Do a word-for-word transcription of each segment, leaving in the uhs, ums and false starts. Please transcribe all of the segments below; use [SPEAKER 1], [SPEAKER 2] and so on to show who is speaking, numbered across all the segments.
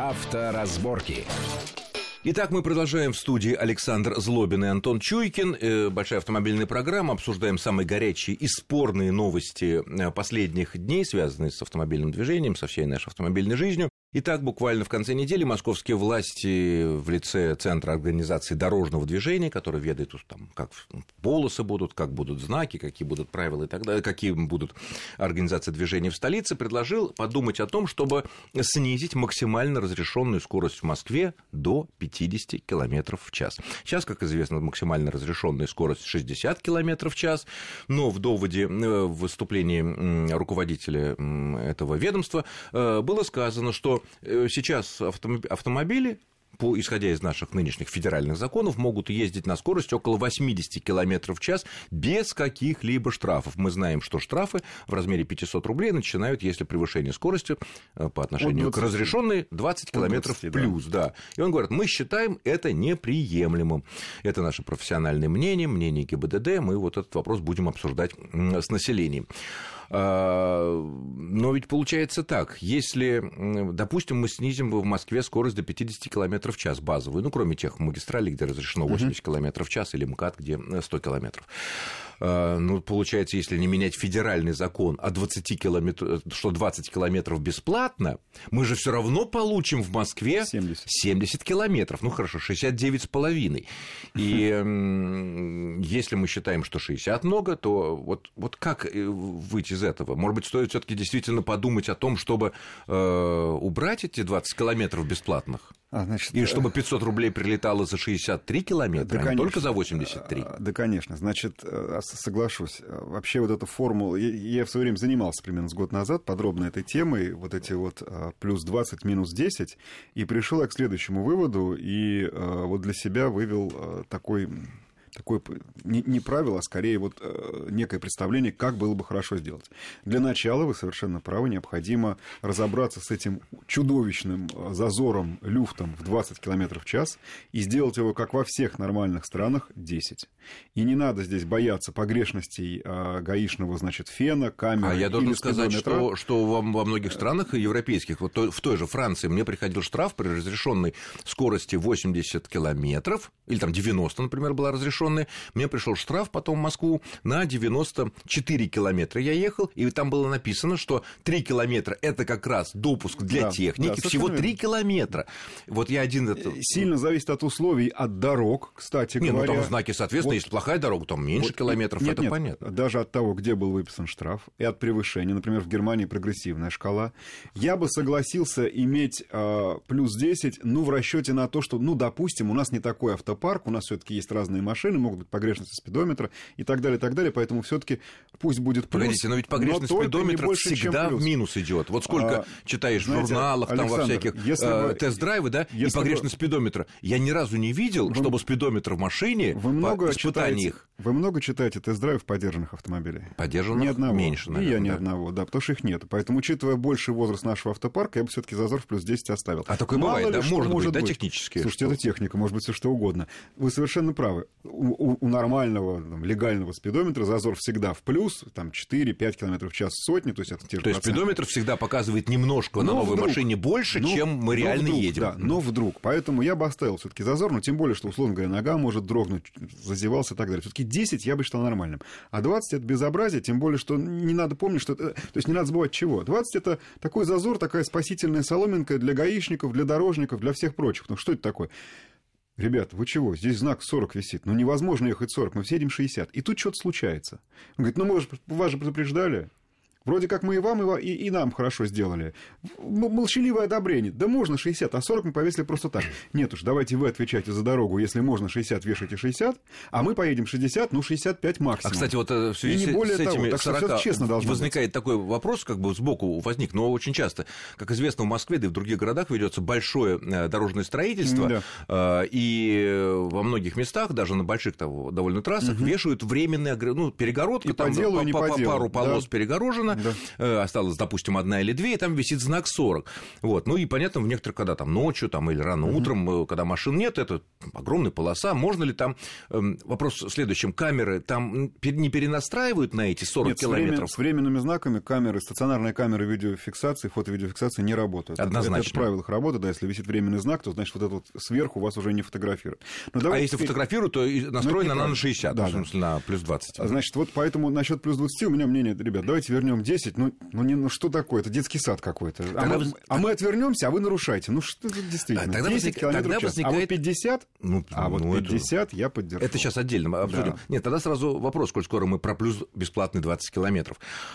[SPEAKER 1] Авторазборки.
[SPEAKER 2] Итак, мы продолжаем в студии Александр Злобин и Антон Чуйкин. Большая автомобильная программа. Обсуждаем самые горячие и спорные новости последних дней, связанные с автомобильным движением, со всей нашей автомобильной жизнью. Итак, буквально в конце недели московские власти в лице Центра организации дорожного движения, который ведает, там, как полосы будут, как будут знаки, какие будут правила и так далее, какие будут организации движения в столице, предложил подумать о том, чтобы снизить максимально разрешенную скорость в Москве до пятьдесят километров в час. Сейчас, как известно, максимально разрешенная скорость шестьдесят километров в час, но в доводе, в выступлении руководителя этого ведомства было сказано, что сейчас автомобили, по, исходя из наших нынешних федеральных законов, могут ездить на скорость около восемьдесят километров в час без каких-либо штрафов. Мы знаем, что штрафы в размере пятьсот рублей начинают, если превышение скорости по отношению к разрешенной двадцать километров плюс. Да. Да. И он говорит, мы считаем это неприемлемым. Это наше профессиональное мнение, мнение ГИБДД. Мы вот этот вопрос будем обсуждать с населением. Но ведь получается так, если, допустим, мы снизим в Москве скорость до пятьдесят километров в час базовую, ну, кроме тех магистралей, где разрешено восемьдесят километров в час, или МКАД, где сто километров. Ну, получается, если не менять федеральный закон о двадцати километрах, что двадцать километров бесплатно, мы же все равно получим в Москве семьдесят, семьдесят километров. Ну, хорошо, шестьдесят девять с половиной. И если мы считаем, что шестьдесят много, то вот, вот как выйти из этого? Может быть, стоит все-таки действительно подумать о том, чтобы э, убрать эти двадцать километров бесплатных? А, значит, и чтобы пятьсот рублей прилетало за шестьдесят три километра, да, а не только за восемьдесят три.
[SPEAKER 3] Да, конечно. Значит, соглашусь. Вообще вот эта формула... Я в свое время занимался примерно с год назад подробно этой темой, вот эти вот плюс двадцать, минус десять, и пришел я к следующему выводу, и вот для себя вывел такой... Такое не, не правило, а скорее вот э, некое представление, как было бы хорошо сделать. Для начала, вы совершенно правы, необходимо разобраться с этим чудовищным зазором, люфтом в двадцать километров в час и сделать его, как во всех нормальных странах, десять. И не надо здесь бояться погрешностей э, гаишного, значит, фена, камеры.
[SPEAKER 2] А я должен сказать, что, что во, во многих странах европейских, вот в той же Франции, мне приходил штраф при разрешенной скорости восемьдесят километров, или там девяносто, например, была разрешена. Мне пришел штраф потом в Москву на девяносто четыре километра. Я ехал, и там было написано, что три километра – это как раз допуск для да, техники, да, всего три километра. Вот я один... Это...
[SPEAKER 3] Сильно зависит от условий, от дорог, кстати
[SPEAKER 2] не,
[SPEAKER 3] говоря.
[SPEAKER 2] Ну, там знаки, соответственно, вот, если плохая дорога, там меньше вот, километров, нет, это нет, понятно.
[SPEAKER 3] Даже от того, где был выписан штраф, и от превышения. Например, в Германии прогрессивная шкала. Я бы согласился иметь э, плюс десять, ну, в расчете на то, что, ну, допустим, у нас не такой автопарк, у нас все-таки есть разные машины, могут быть погрешности спидометра и так далее, и так далее, поэтому все-таки пусть будет плюс.
[SPEAKER 2] Погодите, но ведь погрешность но спидометра больше, всегда в минус идет. Вот сколько а, читаешь знаете, в журналах, Александр, там во всяких э, тест-драйвы, да, и погрешность вы... спидометра. Я ни разу не видел, вы... чтобы спидометр в машине
[SPEAKER 3] вы много
[SPEAKER 2] по испытаниях...
[SPEAKER 3] Читаете, вы много читаете тест-драйвов подержанных автомобилей?
[SPEAKER 2] Подержанных
[SPEAKER 3] ни одного.
[SPEAKER 2] Меньше, наверное.
[SPEAKER 3] И я ни
[SPEAKER 2] да.
[SPEAKER 3] одного, да, потому что их нет. Поэтому, учитывая больший возраст нашего автопарка, я бы все-таки зазор в плюс десять оставил.
[SPEAKER 2] А такое
[SPEAKER 3] Мало
[SPEAKER 2] бывает,
[SPEAKER 3] ли,
[SPEAKER 2] да? Может, может быть,
[SPEAKER 3] быть,
[SPEAKER 2] да, технически?
[SPEAKER 3] Слушайте, это техника, может быть, все что угодно. Вы совершенно правы. У, у, у нормального, там, легального спидометра зазор всегда в плюс, там, четыре-пять километров в час сотни, то есть это те же
[SPEAKER 2] То есть спидометр всегда показывает немножко но на новой вдруг, машине больше, но, чем мы реально
[SPEAKER 3] вдруг,
[SPEAKER 2] едем.
[SPEAKER 3] Да, но вдруг. Поэтому я бы оставил все-таки зазор, но тем более, что, условно говоря, нога может дрогнуть, зазевался и так далее. Все-таки десять я бы считал нормальным. А двадцать это безобразие, тем более, что не надо помнить, что... То есть не надо забывать чего. двадцать это такой зазор, такая спасительная соломинка для гаишников, для дорожников, для всех прочих. Ну что это такое? Ребят, вы чего? Здесь знак сорок висит. Ну, невозможно ехать сорок, мы все едем шестьдесят. И тут что-то случается. Он говорит, ну, мы же, вас же предупреждали. Вроде как мы и вам, и, и нам хорошо сделали. Молчаливое одобрение. Да можно шестьдесят, а сорок мы повесили просто так. Нет уж, давайте вы отвечайте за дорогу. Если можно шестьдесят, вешайте шестьдесят, а мы поедем шестьдесят, ну, шестьдесят пять максимум.
[SPEAKER 2] А, кстати, вот в связи с, с этими сорока честно возникает быть. Такой вопрос, как бы сбоку возник, но очень часто. Как известно, в Москве, да и в других городах ведется большое дорожное строительство, да. И во многих местах, даже на больших довольно трассах, угу. вешают временные ну, перегородки,
[SPEAKER 3] и
[SPEAKER 2] там
[SPEAKER 3] по делу,
[SPEAKER 2] по,
[SPEAKER 3] и не
[SPEAKER 2] по,
[SPEAKER 3] по
[SPEAKER 2] по
[SPEAKER 3] делу.
[SPEAKER 2] пару полос да. перегорожено. машина,
[SPEAKER 3] да.
[SPEAKER 2] э, осталось, допустим, одна или две, и там висит знак сорок. Вот. Ну и понятно, в некоторых, когда там ночью там, или рано mm-hmm. утром, когда машин нет, это огромная полоса, можно ли там, э, вопрос в следующем, камеры там не перенастраивают на эти сорок
[SPEAKER 3] нет,
[SPEAKER 2] километров?
[SPEAKER 3] С, времен, с временными знаками камеры, стационарные камеры видеофиксации, фото-видеофиксации не работают.
[SPEAKER 2] Однозначно.
[SPEAKER 3] Это, это в правилах работы, да, если висит временный знак, то, значит, вот это вот сверху вас уже не фотографируют.
[SPEAKER 2] А если теперь... фотографируют, то настроена она на шестьдесят, да, в смысле, да. на плюс двадцать.
[SPEAKER 3] Значит, вот поэтому насчет плюс двадцати у меня мнение, ребят, давайте вернем десять, ну, ну, не, ну что такое, это детский сад какой-то. А, мы, вы... а мы отвернемся, а вы нарушаете. Ну что это действительно,
[SPEAKER 2] тогда
[SPEAKER 3] десять
[SPEAKER 2] возник...
[SPEAKER 3] километров в час,
[SPEAKER 2] возникает...
[SPEAKER 3] а вот пятьдесят,
[SPEAKER 2] ну,
[SPEAKER 3] а
[SPEAKER 2] ну,
[SPEAKER 3] вот пятьдесят это... я поддержу.
[SPEAKER 2] Это сейчас отдельно обсудим. Да. Нет, тогда сразу вопрос, коль скоро мы про плюс бесплатный двадцать километров.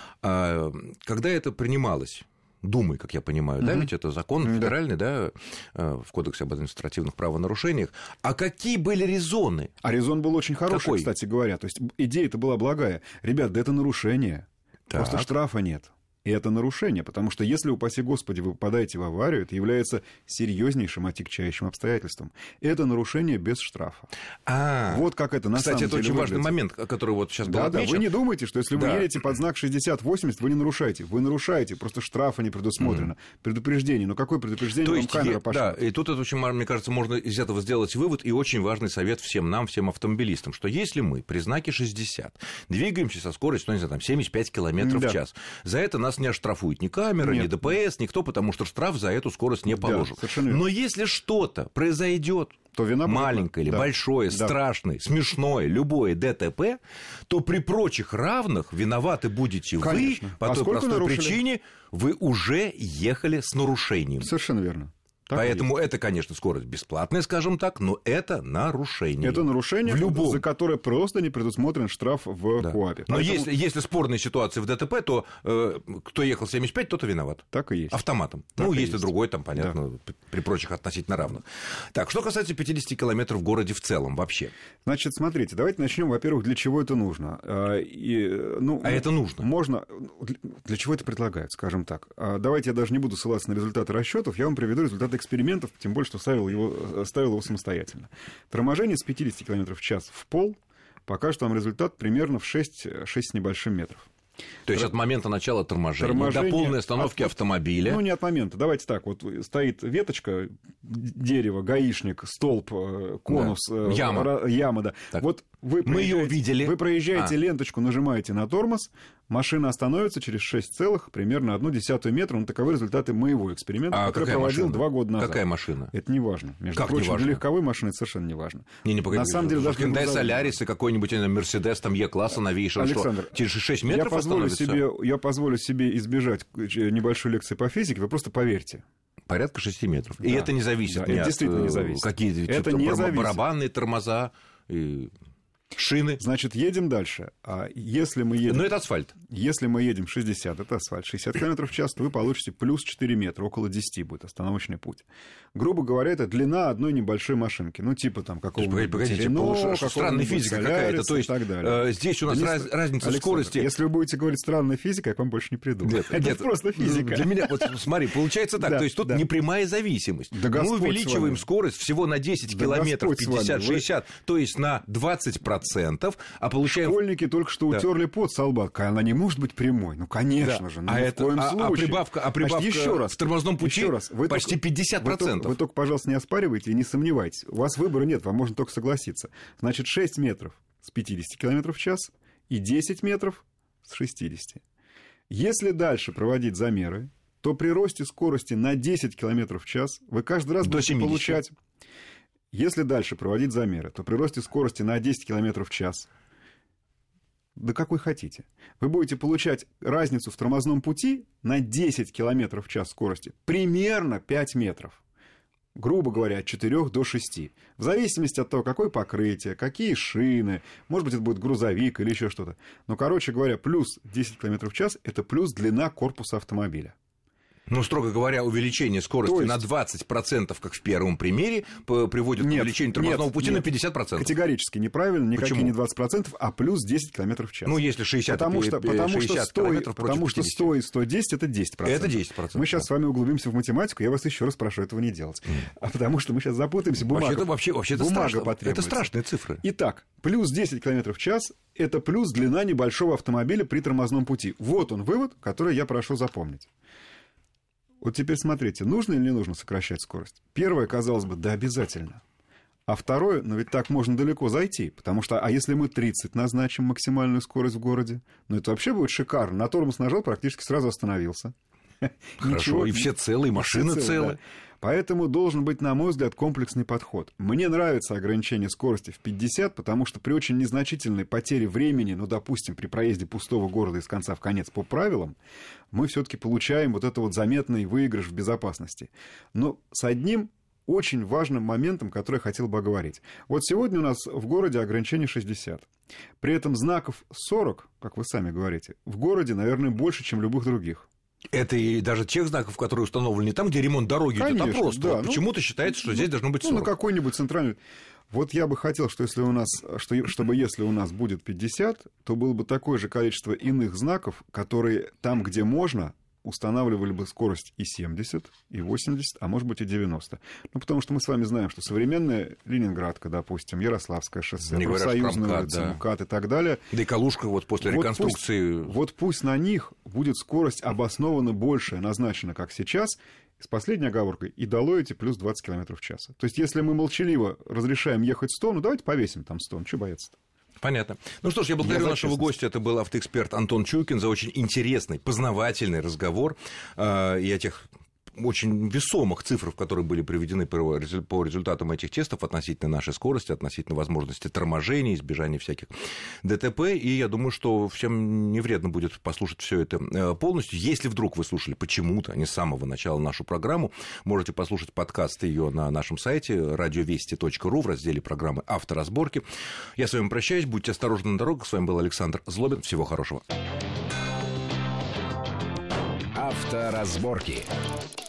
[SPEAKER 2] А, когда это принималось? Думой, как я понимаю, mm-hmm. да, ведь это закон федеральный, да, в Кодексе об административных правонарушениях. А какие были резоны?
[SPEAKER 3] А резон был очень хороший,
[SPEAKER 2] Какой?
[SPEAKER 3] Кстати говоря. То есть идея-то была благая. Ребят, да это нарушение. Так. Просто штрафа нет. И это нарушение, потому что если, упаси Господи, вы попадаете в аварию, это является серьезнейшим отягчающим обстоятельством. Это нарушение без штрафа.
[SPEAKER 2] А,
[SPEAKER 3] вот как это на
[SPEAKER 2] кстати,
[SPEAKER 3] самом
[SPEAKER 2] это
[SPEAKER 3] деле
[SPEAKER 2] очень
[SPEAKER 3] выглядит.
[SPEAKER 2] важный момент, который вот сейчас был
[SPEAKER 3] да,
[SPEAKER 2] отмечен.
[SPEAKER 3] Да, вы не думайте, что если
[SPEAKER 2] да.
[SPEAKER 3] вы едете под знак шестьдесят-восемьдесят, вы не нарушаете. Вы нарушаете, просто штрафа не предусмотрено. Mm. Предупреждение. Но какое предупреждение?
[SPEAKER 2] То есть,
[SPEAKER 3] вам камера пошла?
[SPEAKER 2] Да, и тут, это очень, мне кажется, можно из этого сделать вывод, и очень важный совет всем нам, всем автомобилистам, что если мы при знаке шестьдесят двигаемся со скоростью, ну, не знаю, там, семьдесят пять километров да. в час, за это нас не оштрафуют ни камера, Нет. ни ДПС, никто, потому что штраф за эту скорость не положен. Да, но если что-то произойдет,
[SPEAKER 3] то вина
[SPEAKER 2] маленькое или
[SPEAKER 3] да.
[SPEAKER 2] большое,
[SPEAKER 3] да. страшное,
[SPEAKER 2] смешное, любое ДТП, то при прочих равных виноваты будете
[SPEAKER 3] Конечно.
[SPEAKER 2] вы, по
[SPEAKER 3] а
[SPEAKER 2] той простой
[SPEAKER 3] нарушили?
[SPEAKER 2] причине, вы уже ехали с нарушением.
[SPEAKER 3] Совершенно верно. Так
[SPEAKER 2] Поэтому это, конечно, скорость бесплатная, скажем так, но это нарушение.
[SPEAKER 3] Это нарушение,
[SPEAKER 2] в любом...
[SPEAKER 3] за которое просто не предусмотрен штраф в да. КоАПе.
[SPEAKER 2] Но
[SPEAKER 3] Поэтому...
[SPEAKER 2] если, если спорные ситуации в ДТП, то э, кто ехал семьдесят пять, тот и виноват.
[SPEAKER 3] Так и есть.
[SPEAKER 2] Автоматом. Так ну, есть и другой, там, понятно, да. при прочих относительно равных. Так, что касается пятидесяти километров в городе в целом вообще.
[SPEAKER 3] Значит, смотрите, давайте начнем, во-первых, для чего это нужно. И, ну,
[SPEAKER 2] а это нужно?
[SPEAKER 3] Можно. Для чего это предлагают, скажем так. Давайте я даже не буду ссылаться на результаты расчетов, я вам приведу результаты экспериментов, тем более, что ставил его, ставил его самостоятельно. Торможение с пятидесяти километров в час в пол покажет вам результат примерно в шесть, шесть с небольшим метров.
[SPEAKER 2] То есть от момента начала торможения, торможения до полной остановки от, автомобиля.
[SPEAKER 3] Ну, не от момента. Давайте так. Вот стоит веточка, дерево, гаишник, столб, конус,
[SPEAKER 2] да. яма.
[SPEAKER 3] яма да. Вот вы
[SPEAKER 2] мы ее увидели.
[SPEAKER 3] Вы проезжаете а. ленточку, нажимаете на тормоз, машина остановится через шесть целых, примерно одну десятую метра. Ну, таковы результаты моего эксперимента,
[SPEAKER 2] а
[SPEAKER 3] который проводил два года назад.
[SPEAKER 2] Какая машина?
[SPEAKER 3] Это не важно. Между
[SPEAKER 2] как
[SPEAKER 3] прочим,
[SPEAKER 2] не важно?
[SPEAKER 3] для легковой машины это совершенно не важно.
[SPEAKER 2] Не, не погоди.
[SPEAKER 3] На самом деле, даже
[SPEAKER 2] Hyundai Solaris и какой-нибудь Мерседес, там Е-класса новейший.
[SPEAKER 3] Александр,
[SPEAKER 2] что, через шесть метров
[SPEAKER 3] я позволю,
[SPEAKER 2] остановится?
[SPEAKER 3] себе, я позволю себе избежать небольшой лекции по физике, вы просто поверьте.
[SPEAKER 2] Порядка шести метров.
[SPEAKER 3] Да.
[SPEAKER 2] И это не зависит
[SPEAKER 3] да,
[SPEAKER 2] ни
[SPEAKER 3] это
[SPEAKER 2] от...
[SPEAKER 3] действительно не зависит.
[SPEAKER 2] Какие-то
[SPEAKER 3] это не зависит.
[SPEAKER 2] барабанные тормоза... И... Шины.
[SPEAKER 3] Значит, едем дальше. А если мы едем...
[SPEAKER 2] Но это асфальт.
[SPEAKER 3] Если мы едем шестьдесят, это асфальт, шестьдесят километров в час, то вы получите плюс четыре метра, около десяти будет остановочный путь. Грубо говоря, это длина одной небольшой машинки. Ну, типа там какого-нибудь
[SPEAKER 2] Погодите,
[SPEAKER 3] Рено,
[SPEAKER 2] странная физика какая-то. То есть, э, здесь у нас раз, не... разница Александр, скорости...
[SPEAKER 3] Если вы будете говорить странная физика, я к вам больше не приду.
[SPEAKER 2] Нет,
[SPEAKER 3] это
[SPEAKER 2] нет,
[SPEAKER 3] просто физика.
[SPEAKER 2] Для меня, вот смотри, получается так.
[SPEAKER 3] Да,
[SPEAKER 2] то есть тут
[SPEAKER 3] да.
[SPEAKER 2] непрямая зависимость.
[SPEAKER 3] Да
[SPEAKER 2] мы увеличиваем скорость всего на десять
[SPEAKER 3] да
[SPEAKER 2] километров, пятьдесят-шестьдесят, то есть на двадцать процентов. А получаем...
[SPEAKER 3] Школьники только что да. утерли пот со лба. Она не может быть прямой. Ну, конечно да. же. Ну,
[SPEAKER 2] а,
[SPEAKER 3] ни
[SPEAKER 2] это,
[SPEAKER 3] в коем
[SPEAKER 2] а,
[SPEAKER 3] случае.
[SPEAKER 2] а прибавка, а прибавка
[SPEAKER 3] Значит, еще раз,
[SPEAKER 2] в тормозном пути
[SPEAKER 3] еще раз. Вы
[SPEAKER 2] почти
[SPEAKER 3] только,
[SPEAKER 2] пятьдесят процентов.
[SPEAKER 3] Вы только, вы только, пожалуйста, не оспаривайте и не сомневайтесь. У вас выбора нет, вам можно только согласиться. Значит, шесть метров с пятидесяти километров в час и десять метров с шестидесяти. Если дальше проводить замеры, то при росте скорости на десять километров в час вы каждый раз
[SPEAKER 2] до
[SPEAKER 3] будете
[SPEAKER 2] семидесяти.
[SPEAKER 3] Получать... Если дальше проводить замеры, то при росте скорости на десять километров в час... Да какой хотите. Вы будете получать разницу в тормозном пути на десять километров в час скорости. Примерно пять метров. Грубо говоря, от четырёх до шести. В зависимости от того, какое покрытие, какие шины. Может быть, это будет грузовик или еще что-то. Но, короче говоря, плюс десять километров в час – это плюс длина корпуса автомобиля.
[SPEAKER 2] Ну, строго говоря, увеличение скорости есть... на двадцать процентов, как в первом примере, приводит нет, к увеличению тормозного
[SPEAKER 3] нет,
[SPEAKER 2] пути
[SPEAKER 3] нет.
[SPEAKER 2] на пятьдесят процентов.
[SPEAKER 3] Категорически неправильно, никакие
[SPEAKER 2] Почему?
[SPEAKER 3] не двадцать процентов, а плюс десять километров в час.
[SPEAKER 2] Ну, если шестьдесят,
[SPEAKER 3] потому что, потому что сто, потому что сто и сто десять это десять процентов.
[SPEAKER 2] Это десять процентов.
[SPEAKER 3] Мы сейчас с вами углубимся в математику, я вас еще раз прошу этого не делать. Mm. А потому что мы сейчас запутаемся, бумага,
[SPEAKER 2] вообще-то, вообще, вообще
[SPEAKER 3] бумага
[SPEAKER 2] это
[SPEAKER 3] потребуется.
[SPEAKER 2] Это страшные цифры.
[SPEAKER 3] Итак, плюс десять километров в час это плюс длина небольшого автомобиля при тормозном пути. Вот он вывод, который я прошу запомнить. Вот теперь смотрите, нужно или не нужно сокращать скорость? Первое, казалось бы, да, обязательно. А второе, ну ведь так можно далеко зайти, потому что, а если мы тридцать назначим максимальную скорость в городе, ну это вообще будет шикарно. На тормоз нажал, практически сразу остановился.
[SPEAKER 2] Хорошо, Ничего, и все целые, машины целые. целые.
[SPEAKER 3] Да. Поэтому должен быть, на мой взгляд, комплексный подход. Мне нравится ограничение скорости в пятьдесят, потому что при очень незначительной потере времени, ну, допустим, при проезде пустого города из конца в конец по правилам, мы все-таки получаем вот это вот заметный выигрыш в безопасности. Но с одним очень важным моментом, который я хотел бы оговорить. Вот сегодня у нас в городе ограничение шестьдесят. При этом знаков сорок, как вы сами говорите, в городе, наверное, больше, чем любых других.
[SPEAKER 2] Это и даже тех знаков, которые установлены там, где ремонт дороги идет, а просто. Да, вот ну, почему-то считается, что ну, здесь должно быть сорок.
[SPEAKER 3] Ну, на какой-нибудь центральный... Вот я бы хотел, что если у нас, что, чтобы если у нас будет пятьдесят, то было бы такое же количество иных знаков, которые там, где можно, устанавливали бы скорость и семьдесят, и восемьдесят, а может быть и девяносто. Ну, потому что мы с вами знаем, что современная Ленинградка, допустим, Ярославское шоссе, Профсоюзная улица, да. МКАД и так далее.
[SPEAKER 2] Да и Калужка вот после вот реконструкции.
[SPEAKER 3] Пусть, вот пусть на них будет скорость обоснованно большая, назначена, как сейчас, с последней оговоркой, и долоете плюс двадцать километров в час. То есть, если мы молчаливо разрешаем ехать сто, ну, давайте повесим там сто, ну, что бояться-то?
[SPEAKER 2] Понятно. Ну что ж, я благодарю я нашего гостя. Это был автоэксперт Антон Чуйкин за очень интересный, познавательный разговор э, и о тех очень весомых цифрах, которые были приведены по результатам этих тестов относительно нашей скорости, относительно возможности торможения, избежания всяких ДТП. И я думаю, что всем не вредно будет послушать все это полностью. Если вдруг вы слушали почему-то, не с самого начала, нашу программу, можете послушать подкаст ее на нашем сайте радиовести точка ру в разделе программы «Авторазборки». Я с вами прощаюсь. Будьте осторожны на дорогах. С вами был Александр Злобин. Всего хорошего.
[SPEAKER 1] Авторазборки.